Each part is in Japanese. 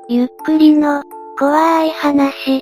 ゆっくりの、怖い話。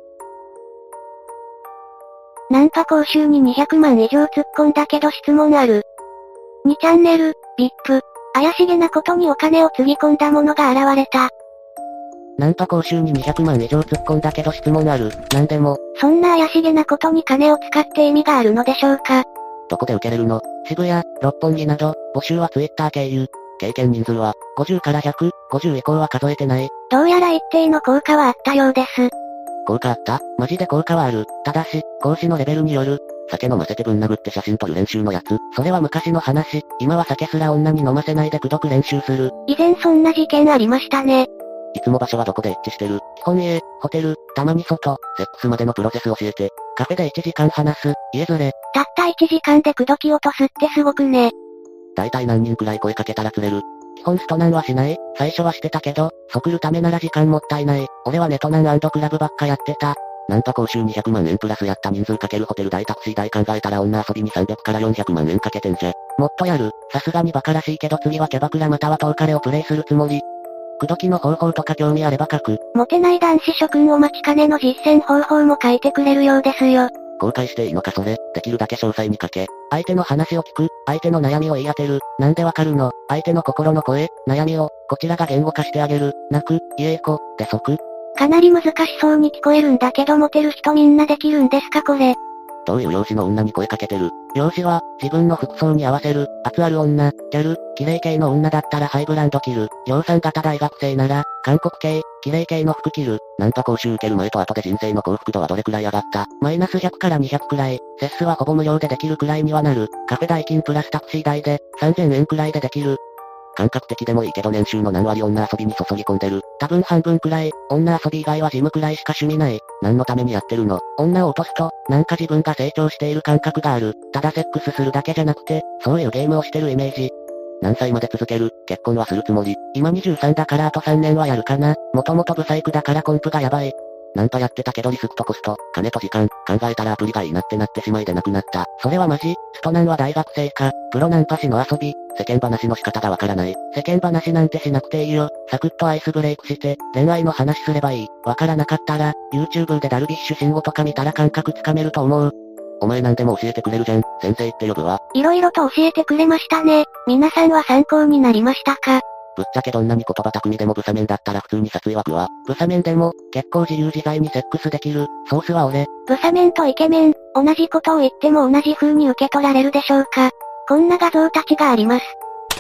ナンパ講習に200万以上突っ込んだけど質問ある。2チャンネル、VIP。怪しげなことにお金をつぎ込んだ者が現れた。 ナンパ講習に200万以上突っ込んだけど質問ある。なんでも。 そんな怪しげなことに金を使って意味があるのでしょうか。 どこで受けれるの？渋谷、六本木など、募集はツイッター経由。経験人数は、50から100、50以降は数えてない。 どうやら一定の効果はあったようです。 効果あった？マジで効果はある。ただし、講師のレベルによる。酒飲ませてぶん殴って写真撮る練習のやつ。それは昔の話。今は酒すら女に飲ませないで口説く練習する。 以前そんな事件ありましたね。 いつも場所はどこで一致してる？基本家、ホテル、たまに外、セックスまでのプロセス教えて。カフェで1時間話す、家連れ。 たった1時間で口説き落とすってすごくね。 だいたい何人くらい声かけたら釣れる？基本ストナンはしない？最初はしてたけど、ソクるためなら時間もったいない。俺はネトナン&クラブばっかやってた。ナンパ講習200万円プラスやった人数かけるホテル代タクシー代考えたら女遊びに300から400万円かけてんじゃ。もっとやる。さすがにバカらしいけど次はキャバクラまたはトーカレをプレイするつもり。口説きの方法とか興味あれば書く。 モテない男子諸君お待ちかねの実践方法も書いてくれるようですよ。 公開していいのかそれ。できるだけ詳細に書け。相手の話を聞く。相手の悩みを言い当てる。なんでわかるの？相手の心の声、悩みを、こちらが言語化してあげる。泣く、家行こ、で即。 かなり難しそうに聞こえるんだけどモテる人みんなできるんですかこれ。 どういう容姿の女に声かけてる？容姿は、自分の服装に合わせる、圧ある女、ギャル、綺麗系の女だったらハイブランド着る。量産型大学生なら、韓国系、綺麗系の服着る。ナンパ講習受ける前と後で人生の幸福度はどれくらい上がった？マイナス100から200くらい。セスはほぼ無料でできるくらいにはなる。カフェ代金プラスタクシー代で、3000円くらいでできる。感覚的でもいいけど年収の何割女遊びに注ぎ込んでる。多分半分くらい、女遊び以外はジムくらいしか趣味ない。何のためにやってるの？女を落とすと、なんか自分が成長している感覚がある。ただセックスするだけじゃなくて、そういうゲームをしてるイメージ。何歳まで続ける？結婚はするつもり。今23だからあと3年はやるかな。もともとブサイクだからコンプがやばい。ナンパやってたけどリスクとコスト、金と時間、考えたらアプリがいいなってなってしまいでなくなった。それはマジ？ストナンは大学生か、プロナンパ師の遊び、世間話の仕方がわからない。世間話なんてしなくていいよ。サクッとアイスブレイクして、恋愛の話すればいい。わからなかったら、YouTube でダルビッシュ慎吾とか見たら感覚つかめると思う。お前なんでも教えてくれるじゃん。先生って呼ぶわ。 いろいろと教えてくれましたね。皆さんは参考になりましたか？ ぶっちゃけどんなに言葉巧みでもブサメンだったら普通に殺意湧くわ。ブサメンでも、結構自由自在にセックスできる。ソースは俺。 ブサメンとイケメン、同じことを言っても同じ風に受け取られるでしょうか？こんな画像たちがあります。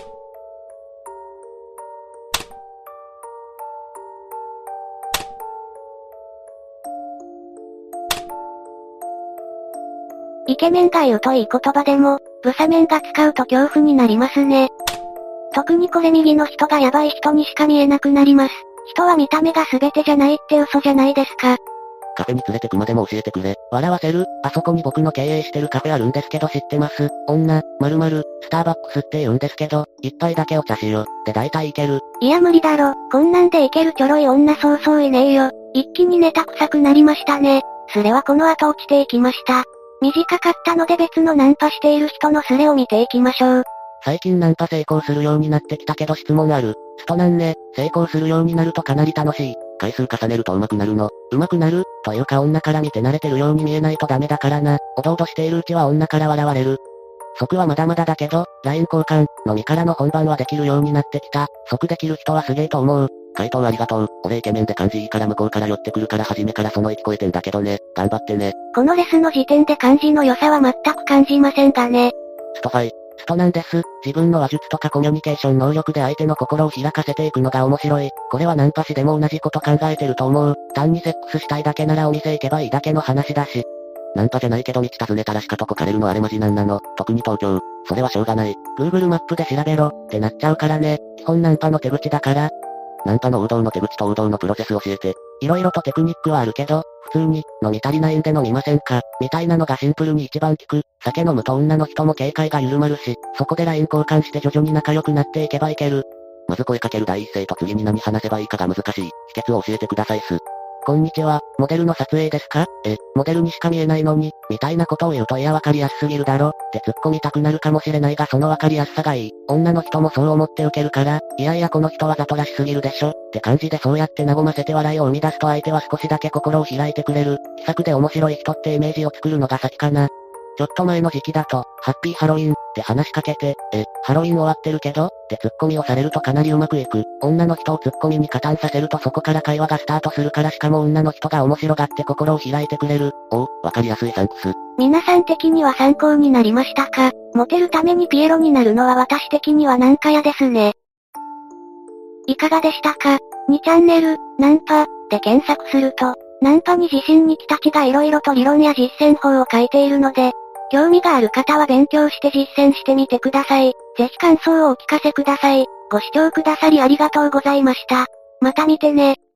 イケメンが言うといい言葉でも、ブサメンが使うと恐怖になりますね。特にこれ右の人がヤバい人にしか見えなくなります。人は見た目が全てじゃないって嘘じゃないですか。 カフェに連れてくまでも教えてくれ。笑わせる？あそこに僕の経営してるカフェあるんですけど知ってます？女、〇〇、スターバックスって言うんですけど、一杯だけお茶しよう。で大体いける。 いや無理だろ。こんなんでいけるちょろい女そうそういねえよ。一気にネタ臭くなりましたね。スレはこの後落ちていきました。短かったので別のナンパしている人のスレを見ていきましょう。 最近ナンパ成功するようになってきたけど質問ある。ストなんね、成功するようになるとかなり楽しい。回数重ねると上手くなるの。上手くなるというか女から見て慣れてるように見えないとダメだからな。おどおどしているうちは女から笑われる。即はまだまだだけど、LINE 交換、飲みからの本番はできるようになってきた。即できる人はすげえと思う。回答ありがとう。俺イケメンで感じいいから向こうから寄ってくるから初めからその1超えてんだけどね。頑張ってね。 このレスの時点で感じの良さは全く感じませんがね。 ストファイ。ストなんです。自分の話術とかコミュニケーション能力で相手の心を開かせていくのが面白い。これはナンパ師でも同じこと考えてると思う。単にセックスしたいだけならお店行けばいいだけの話だし。ナンパじゃないけど道尋ねたらしかとこかれるのあれマジなんなの。特に東京。それはしょうがない。Google マップで調べろってなっちゃうからね。基本ナンパの手口だから。ナンパの王道の手口と王道のプロセス教えて。色々とテクニックはあるけど、普通に、飲み足りないんで飲みませんかみたいなのがシンプルに一番効く。酒飲むと女の人も警戒が緩まるし、そこで LINE 交換して徐々に仲良くなっていけばいける。まず声かける第一声と次に何話せばいいかが難しい。秘訣を教えてくださいっす。 こんにちは、モデルの撮影ですか？モデルにしか見えないのに、みたいなことを言うといやわかりやすすぎるだろ、って突っ込みたくなるかもしれないがそのわかりやすさがいい。女の人もそう思って受けるから、いやいやこの人わざとらしすぎるでしょ、って感じでそうやって和ませて笑いを生み出すと相手は少しだけ心を開いてくれる。気さくで面白い人ってイメージを作るのが先かな。ちょっと前の時期だと、ハッピーハロウィンって話しかけて、ハロウィン終わってるけどってツッコミをされるとかなりうまくいく。女の人をツッコミに加担させるとそこから会話がスタートするからしかも女の人が面白がって心を開いてくれる。おう、わかりやすいサンクス。 皆さん的には参考になりましたか？モテるためにピエロになるのは私的にはなんか嫌ですね。いかがでしたか？ 2 チャンネル、ナンパ、で検索すると、ナンパに自信にきたちが色々と理論や実践法を書いているので、興味がある方は勉強して実践してみてください。ぜひ感想をお聞かせください。ご視聴くださりありがとうございました。また見てね。